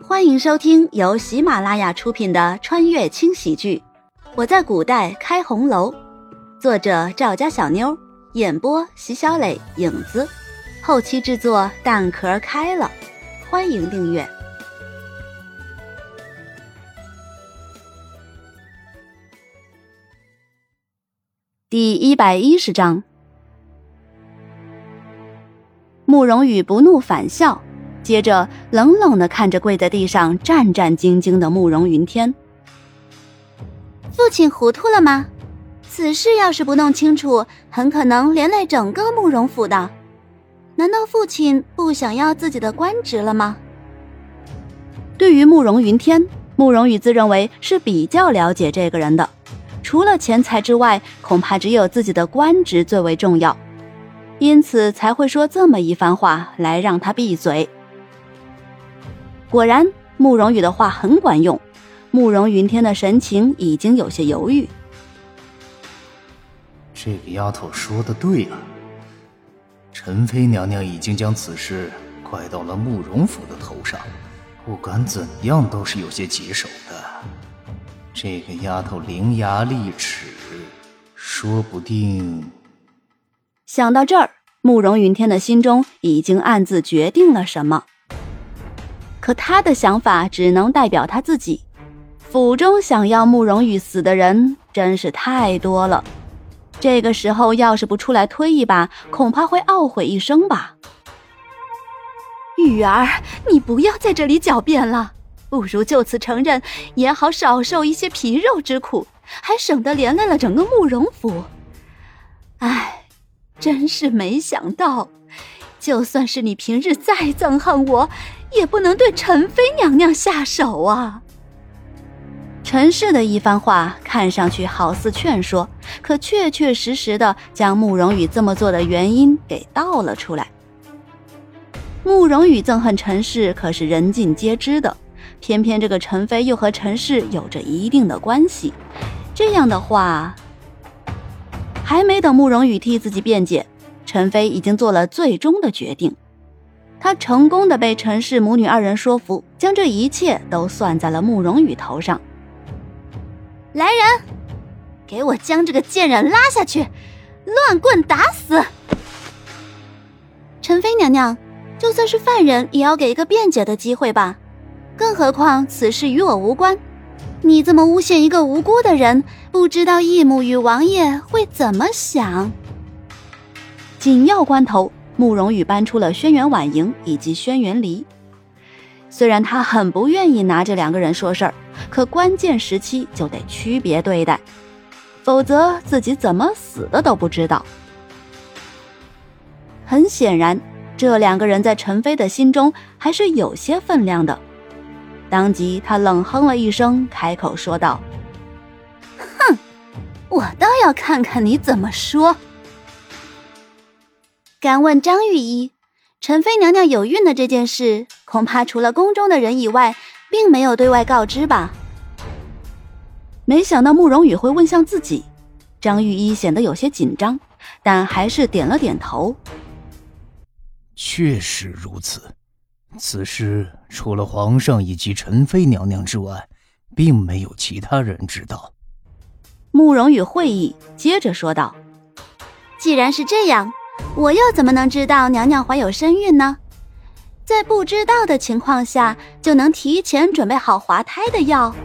欢迎收听由喜马拉雅出品的穿越轻喜剧《我在古代开红楼》，作者赵家小妞，演播席小磊、影子，后期制作蛋壳开了。欢迎订阅。第110章，慕容羽不怒反笑，接着冷冷地看着跪在地上战战兢兢的慕容云天。父亲糊涂了吗？此事要是不弄清楚，很可能连累整个慕容府的。难道父亲不想要自己的官职了吗？对于慕容云天，慕容羽自认为是比较了解这个人的，除了钱财之外，恐怕只有自己的官职最为重要，因此才会说这么一番话来让他闭嘴。果然，慕容羽的话很管用，慕容云天的神情已经有些犹豫。 这个丫头说的对啊，陈妃娘娘已经将此事怪到了慕容府的头上，不管怎样都是有些棘手的。这个丫头伶牙俐齿，说不定…… 想到这儿，慕容云天的心中已经暗自决定了什么。可他的想法只能代表他自己，府中想要慕容羽死的人真是太多了，这个时候要是不出来推一把，恐怕会懊悔一生吧。羽儿，你不要在这里狡辩了，不如就此承认，也好少受一些皮肉之苦，还省得连累了整个慕容府。唉，真是没想到，就算是你平日再憎恨我，也不能对陈妃娘娘下手啊。陈氏的一番话看上去好似劝说，可确确实实的将慕容羽这么做的原因给道了出来。慕容羽憎恨陈氏可是人尽皆知的，偏偏这个陈妃又和陈氏有着一定的关系，这样的话……还没等慕容羽替自己辩解，陈妃已经做了最终的决定。她成功的被陈氏母女二人说服，将这一切都算在了慕容羽头上。来人，给我将这个贱人拉下去，乱棍打死！陈妃娘娘，就算是犯人也要给一个辩解的机会吧，更何况此事与我无关，你这么诬陷一个无辜的人，不知道义母与王爷会怎么想。紧要关头，慕容羽搬出了轩辕婉莹以及轩辕离。虽然他很不愿意拿这两个人说事儿，可关键时期就得区别对待，否则自己怎么死的都不知道。很显然，这两个人在陈妃的心中还是有些分量的。当即他冷哼了一声，开口说道：哼，我倒要看看你怎么说。敢问张御医，陈妃娘娘有孕的这件事，恐怕除了宫中的人以外，并没有对外告知吧？没想到慕容羽会问向自己，张御医显得有些紧张，但还是点了点头。 确实如此，此事除了皇上以及陈妃娘娘之外，并没有其他人知道。 慕容羽会意，接着说道：既然是这样，我又怎么能知道娘娘怀有身孕呢？在不知道的情况下，就能提前准备好滑胎的药。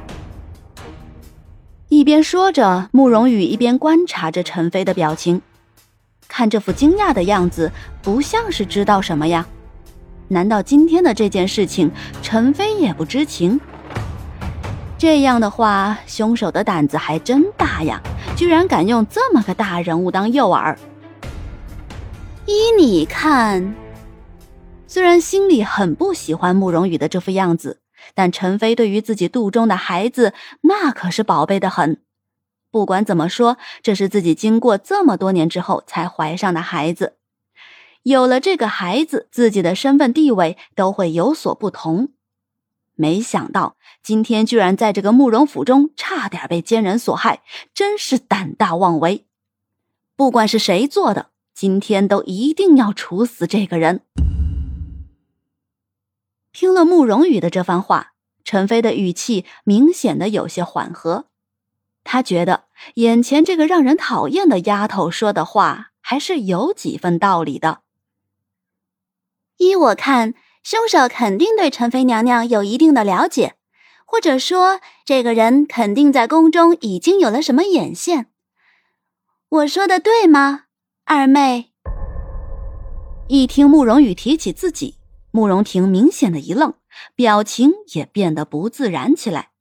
一边说着，慕容羽一边观察着陈妃的表情，看这副惊讶的样子，不像是知道什么呀？难道今天的这件事情，陈妃也不知情？这样的话，凶手的胆子还真大呀，居然敢用这么个大人物当诱饵。依你看，虽然心里很不喜欢慕容羽的这副样子，但陈妃对于自己肚中的孩子那可是宝贝得很。不管怎么说，这是自己经过这么多年之后才怀上的孩子，有了这个孩子，自己的身份地位都会有所不同。没想到今天居然在这个慕容府中差点被奸人所害，真是胆大妄为。不管是谁做的，今天都一定要处死这个人。 听了慕容羽的这番话，陈飞的语气明显的有些缓和。他觉得眼前这个让人讨厌的丫头说的话还是有几分道理的。依我看，凶手肯定对陈妃娘娘有一定的了解，或者说这个人肯定在宫中已经有了什么眼线。我说的对吗，二妹？一听慕容羽提起自己，慕容婷明显的一愣，表情也变得不自然起来。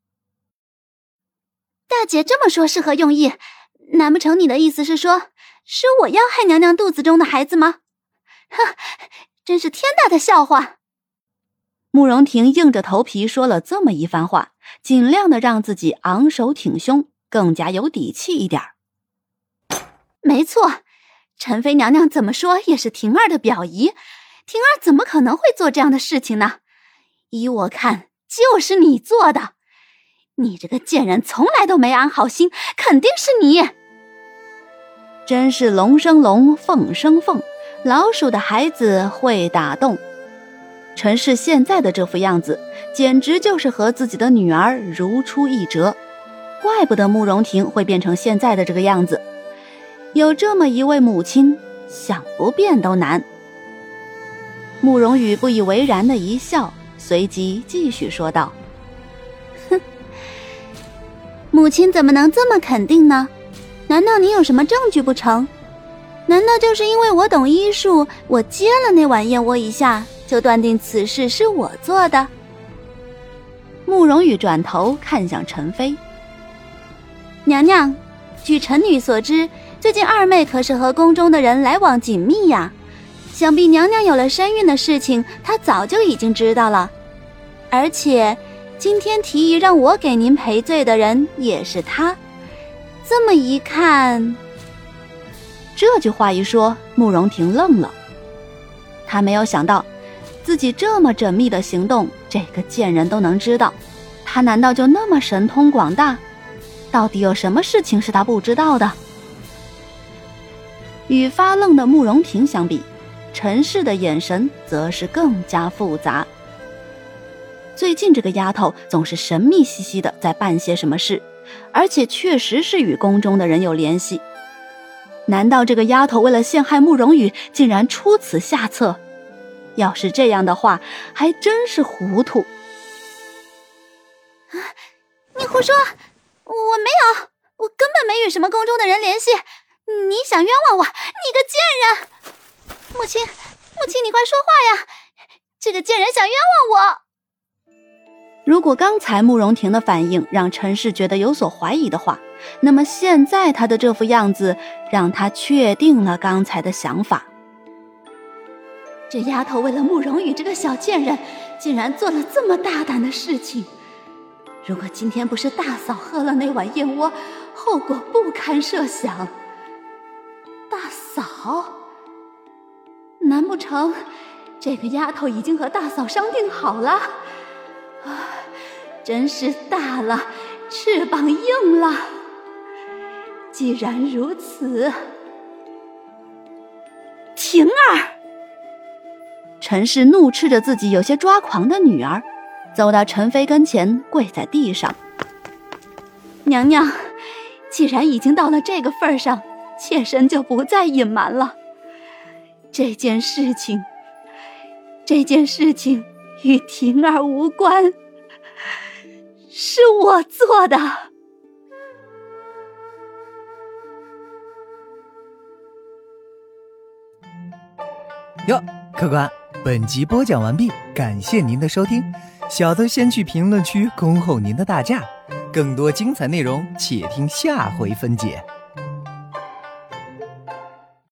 大姐这么说是何用意？难不成你的意思是说我要害娘娘肚子中的孩子吗？哼，真是天大的笑话。慕容婷硬着头皮说了这么一番话，尽量的让自己昂首挺胸，更加有底气一点。没错，陈妃娘娘怎么说也是婷儿的表姨，婷儿怎么可能会做这样的事情呢？依我看，就是你做的。你这个贱人从来都没安好心，肯定是你。真是龙生龙，凤生凤，老鼠的孩子会打洞。陈氏现在的这副样子，简直就是和自己的女儿如出一辙，怪不得慕容婷会变成现在的这个样子。有这么一位母亲，想不变都难。慕容羽不以为然的一笑，随即继续说道：哼，母亲怎么能这么肯定呢？难道你有什么证据不成？难道就是因为我懂医术，我接了那碗燕窝一下，就断定此事是我做的？慕容羽转头看向陈妃。娘娘，据臣女所知，最近二妹可是和宫中的人来往紧密呀，想必娘娘有了身孕的事情，她早就已经知道了。而且今天提议让我给您赔罪的人也是她。这么一看，这句话一说，慕容婷愣了。她没有想到自己这么缜密的行动，这个贱人都能知道。她难道就那么神通广大？到底有什么事情是她不知道的？与发愣的慕容婷相比，陈氏的眼神则是更加复杂。最近这个丫头总是神秘兮兮的在办些什么事，而且确实是与宫中的人有联系。难道这个丫头为了陷害慕容羽，竟然出此下策？要是这样的话，还真是糊涂。你胡说，我没有，我根本没与什么宫中的人联系。你想冤枉我，你个贱人！母亲，你快说话呀！这个贱人想冤枉我。如果刚才慕容婷的反应让陈氏觉得有所怀疑的话，那么现在她的这副样子让她确定了刚才的想法。这丫头为了慕容羽这个小贱人，竟然做了这么大胆的事情。如果今天不是大嫂喝了那碗燕窝，后果不堪设想。大嫂？难不成这个丫头已经和大嫂商定好了？真是大了，翅膀硬了。既然如此，婷儿！陈氏怒斥着自己有些抓狂的女儿，走到陈妃跟前，跪在地上。娘娘，既然已经到了这个份上，妾身就不再隐瞒了。这件事情与婷儿无关，是我做的。 哟，客官，本集播讲完毕，感谢您的收听。小的先去评论区恭候您的大驾，更多精彩内容且听下回分解。